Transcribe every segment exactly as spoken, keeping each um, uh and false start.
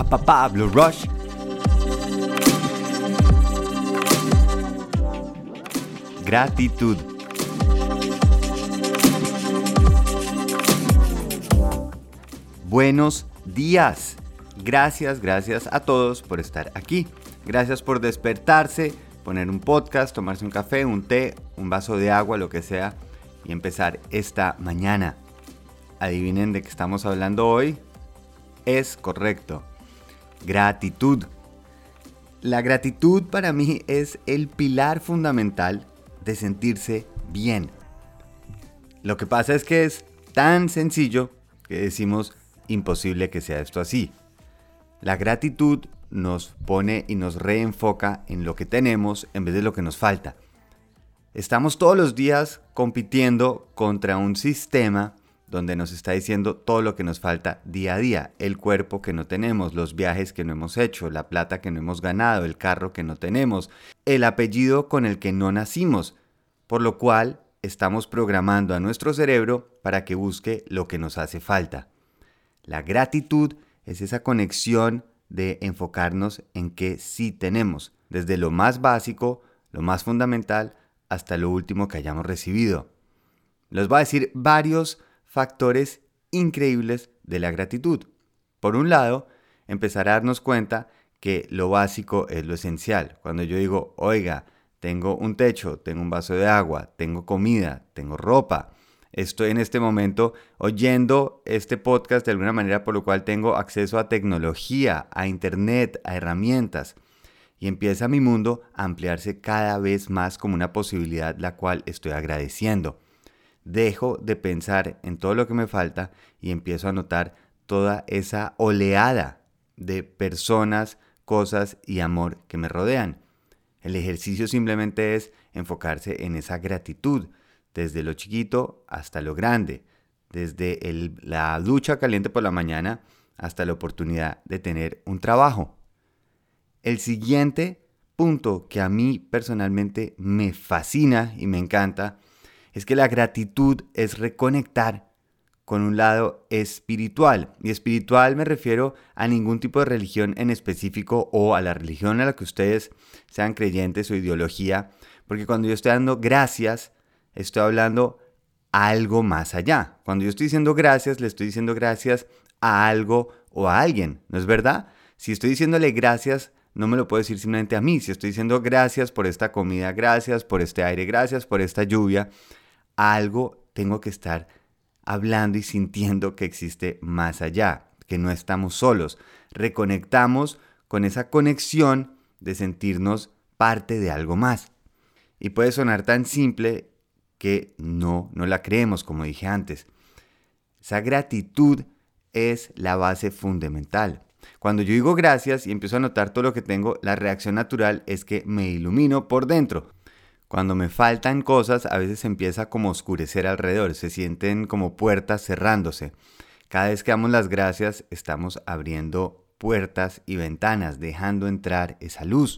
Pa, pa, Pablo Rush. Gratitud. Buenos días. Gracias, gracias a todos por estar aquí. Gracias por despertarse, poner un podcast, tomarse un café, un té, un vaso de agua, lo que sea, y empezar esta mañana. Adivinen de qué estamos hablando hoy. Es correcto. Gratitud. La gratitud para mí es el pilar fundamental de sentirse bien. Lo que pasa es que es tan sencillo que decimos imposible que sea esto así. La gratitud nos pone y nos reenfoca en lo que tenemos en vez de lo que nos falta. Estamos todos los días compitiendo contra un sistema donde nos está diciendo todo lo que nos falta día a día, el cuerpo que no tenemos, los viajes que no hemos hecho, la plata que no hemos ganado, el carro que no tenemos, el apellido con el que no nacimos, por lo cual estamos programando a nuestro cerebro para que busque lo que nos hace falta. La gratitud es esa conexión de enfocarnos en qué sí tenemos, desde lo más básico, lo más fundamental, hasta lo último que hayamos recibido. Les voy a decir varios factores increíbles de la gratitud. Por un lado, empezar a darnos cuenta que lo básico es lo esencial. Cuando yo digo, oiga, tengo un techo, tengo un vaso de agua, tengo comida, tengo ropa, estoy en este momento oyendo este podcast de alguna manera, por lo cual tengo acceso a tecnología, a internet, a herramientas. Y empieza mi mundo a ampliarse cada vez más como una posibilidad la cual estoy agradeciendo. Dejo de pensar en todo lo que me falta y empiezo a notar toda esa oleada de personas, cosas y amor que me rodean. El ejercicio simplemente es enfocarse en esa gratitud, desde lo chiquito hasta lo grande, desde el, la ducha caliente por la mañana hasta la oportunidad de tener un trabajo. El siguiente punto que a mí personalmente me fascina y me encanta es que la gratitud es reconectar con un lado espiritual. Y espiritual me refiero a ningún tipo de religión en específico o a la religión a la que ustedes sean creyentes o ideología, porque cuando yo estoy dando gracias, estoy hablando a algo más allá. Cuando yo estoy diciendo gracias, le estoy diciendo gracias a algo o a alguien, ¿no es verdad? Si estoy diciéndole gracias, no me lo puedo decir simplemente a mí. Si estoy diciendo gracias por esta comida, gracias por este aire, gracias por esta lluvia, algo tengo que estar hablando y sintiendo que existe más allá, que no estamos solos. Reconectamos con esa conexión de sentirnos parte de algo más. Y puede sonar tan simple que no, no la creemos, como dije antes. Esa gratitud es la base fundamental. Cuando yo digo gracias y empiezo a notar todo lo que tengo, la reacción natural es que me ilumino por dentro. Cuando me faltan cosas, a veces empieza como a oscurecer alrededor, se sienten como puertas cerrándose. Cada vez que damos las gracias, estamos abriendo puertas y ventanas, dejando entrar esa luz.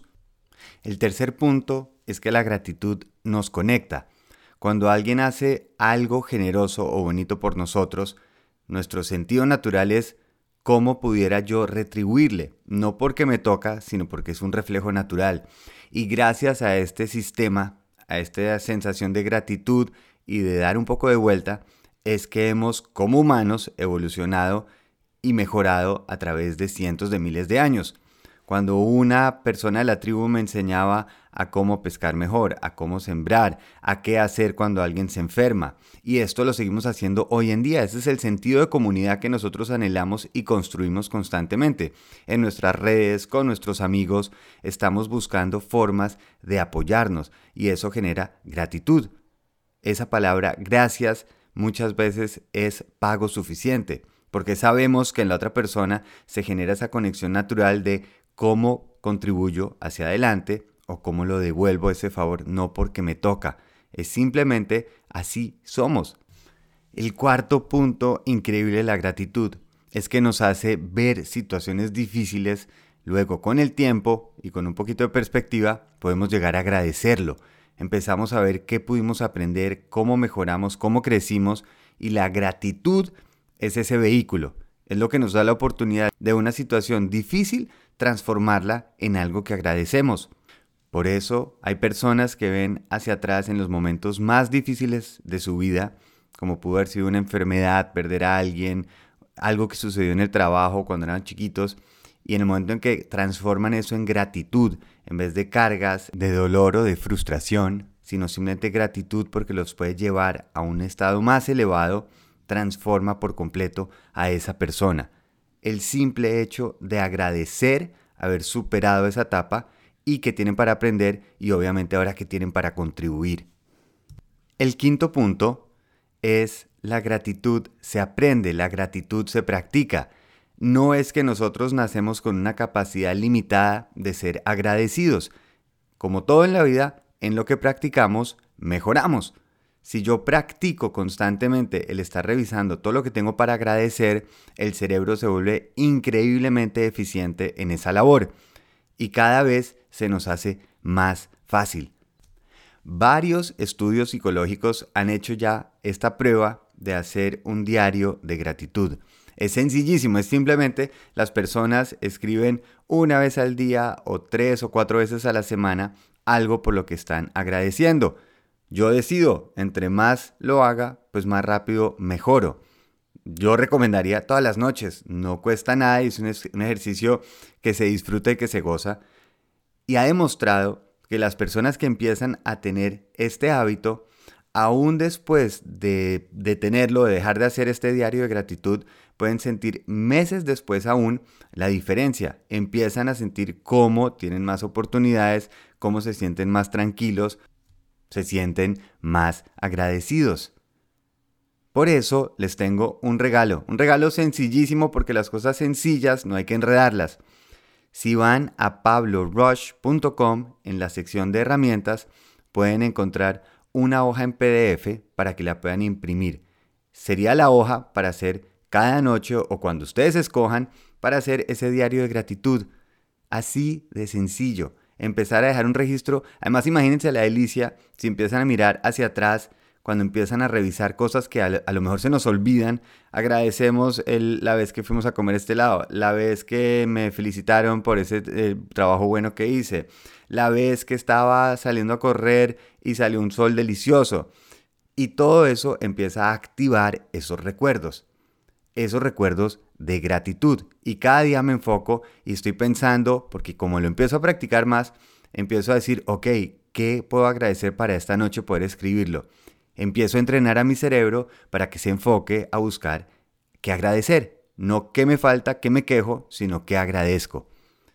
El tercer punto es que la gratitud nos conecta. Cuando alguien hace algo generoso o bonito por nosotros, nuestro sentido natural es cómo pudiera yo retribuirle, no porque me toca, sino porque es un reflejo natural. Y gracias a este sistema, a esta sensación de gratitud y de dar un poco de vuelta, es que hemos como humanos evolucionado y mejorado a través de cientos de miles de años. Cuando una persona de la tribu me enseñaba a cómo pescar mejor, a cómo sembrar, a qué hacer cuando alguien se enferma. Y esto lo seguimos haciendo hoy en día. Ese es el sentido de comunidad que nosotros anhelamos y construimos constantemente. En nuestras redes, con nuestros amigos, estamos buscando formas de apoyarnos y eso genera gratitud. Esa palabra gracias muchas veces es pago suficiente, porque sabemos que en la otra persona se genera esa conexión natural de cómo contribuyo hacia adelante o cómo lo devuelvo ese favor, no porque me toca, es simplemente así somos. El cuarto punto increíble de la gratitud es que nos hace ver situaciones difíciles, luego con el tiempo y con un poquito de perspectiva podemos llegar a agradecerlo. Empezamos a ver qué pudimos aprender, cómo mejoramos, cómo crecimos y la gratitud es ese vehículo Es lo que nos da la oportunidad de una situación difícil transformarla en algo que agradecemos. Por eso hay personas que ven hacia atrás en los momentos más difíciles de su vida, como pudo haber sido una enfermedad, perder a alguien, algo que sucedió en el trabajo cuando eran chiquitos, y en el momento en que transforman eso en gratitud, en vez de cargas de dolor o de frustración, sino simplemente gratitud porque los puede llevar a un estado más elevado, transforma por completo a esa persona. El simple hecho de agradecer haber superado esa etapa y que tienen para aprender y obviamente ahora que tienen para contribuir. El quinto punto es la gratitud se aprende, la gratitud se practica. No es que nosotros nacemos con una capacidad limitada de ser agradecidos. Como todo en la vida, en lo que practicamos, mejoramos. Si yo practico constantemente el estar revisando todo lo que tengo para agradecer, el cerebro se vuelve increíblemente eficiente en esa labor y cada vez se nos hace más fácil. Varios estudios psicológicos han hecho ya esta prueba de hacer un diario de gratitud. Es sencillísimo, es simplemente las personas escriben una vez al día o tres o cuatro veces a la semana algo por lo que están agradeciendo. Yo decido, entre más lo haga, pues más rápido mejoro. Yo recomendaría todas las noches, no cuesta nada y es un, un ejercicio que se disfruta y que se goza. Y ha demostrado que las personas que empiezan a tener este hábito, aún después de, de tenerlo, de dejar de hacer este diario de gratitud, pueden sentir meses después aún la diferencia. Empiezan a sentir cómo tienen más oportunidades, cómo se sienten más tranquilos, se sienten más agradecidos. Por eso les tengo un regalo, un regalo sencillísimo porque las cosas sencillas no hay que enredarlas. Si van a pablo rush punto com, en la sección de herramientas, pueden encontrar una hoja en P D F para que la puedan imprimir. Sería la hoja para hacer cada noche o cuando ustedes escojan para hacer ese diario de gratitud. Así de sencillo. Empezar a dejar un registro. Además, imagínense la delicia si empiezan a mirar hacia atrás, cuando empiezan a revisar cosas que a, a lo mejor se nos olvidan. Agradecemos el, la vez que fuimos a comer este helado, la vez que me felicitaron por ese eh, trabajo bueno que hice, la vez que estaba saliendo a correr y salió un sol delicioso. Y todo eso empieza a activar esos recuerdos, esos recuerdos de gratitud. Y cada día me enfoco y estoy pensando, porque como lo empiezo a practicar más, empiezo a decir, ok, ¿qué puedo agradecer para esta noche poder escribirlo? Empiezo a entrenar a mi cerebro para que se enfoque a buscar qué agradecer. No qué me falta, qué me quejo, sino qué agradezco.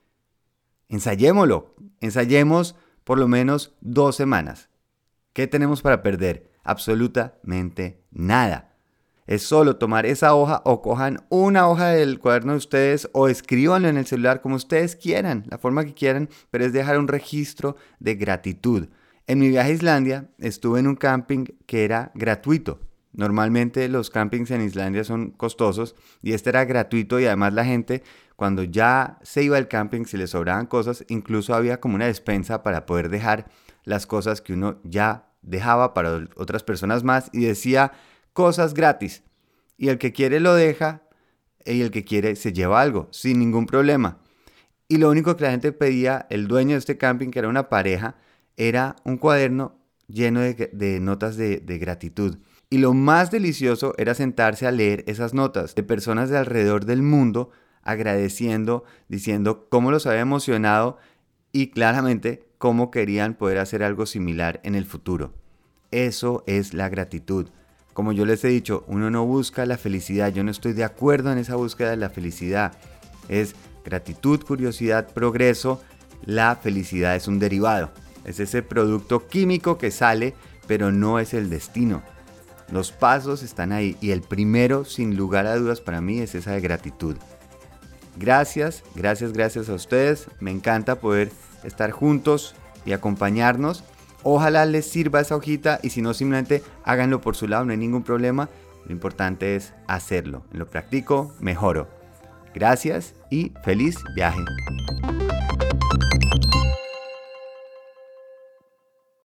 Ensayémoslo. Ensayemos por lo menos dos semanas. ¿Qué tenemos para perder? Absolutamente nada. Es solo tomar esa hoja o cojan una hoja del cuaderno de ustedes o escríbanlo en el celular como ustedes quieran, la forma que quieran, pero es dejar un registro de gratitud. En mi viaje a Islandia estuve en un camping que era gratuito. Normalmente los campings en Islandia son costosos y este era gratuito y además la gente cuando ya se iba al camping si les sobraban cosas, incluso había como una despensa para poder dejar las cosas que uno ya dejaba para otras personas más y decía cosas gratis. Y el que quiere lo deja y el que quiere se lleva algo sin ningún problema. Y lo único que la gente pedía, el dueño de este camping que era una pareja, era un cuaderno lleno de, de notas de, de gratitud. Y lo más delicioso era sentarse a leer esas notas de personas de alrededor del mundo agradeciendo, diciendo cómo los había emocionado y claramente cómo querían poder hacer algo similar en el futuro. Eso es la gratitud. Como yo les he dicho, uno no busca la felicidad. Yo no estoy de acuerdo en esa búsqueda de la felicidad. Es gratitud, curiosidad, progreso. La felicidad es un derivado. Es ese producto químico que sale, pero no es el destino. Los pasos están ahí y el primero, sin lugar a dudas para mí, es esa de gratitud. Gracias, gracias, gracias a ustedes. Me encanta poder estar juntos y acompañarnos. Ojalá les sirva esa hojita y si no, simplemente háganlo por su lado, no hay ningún problema. Lo importante es hacerlo. Lo practico, mejoro. Gracias y feliz viaje.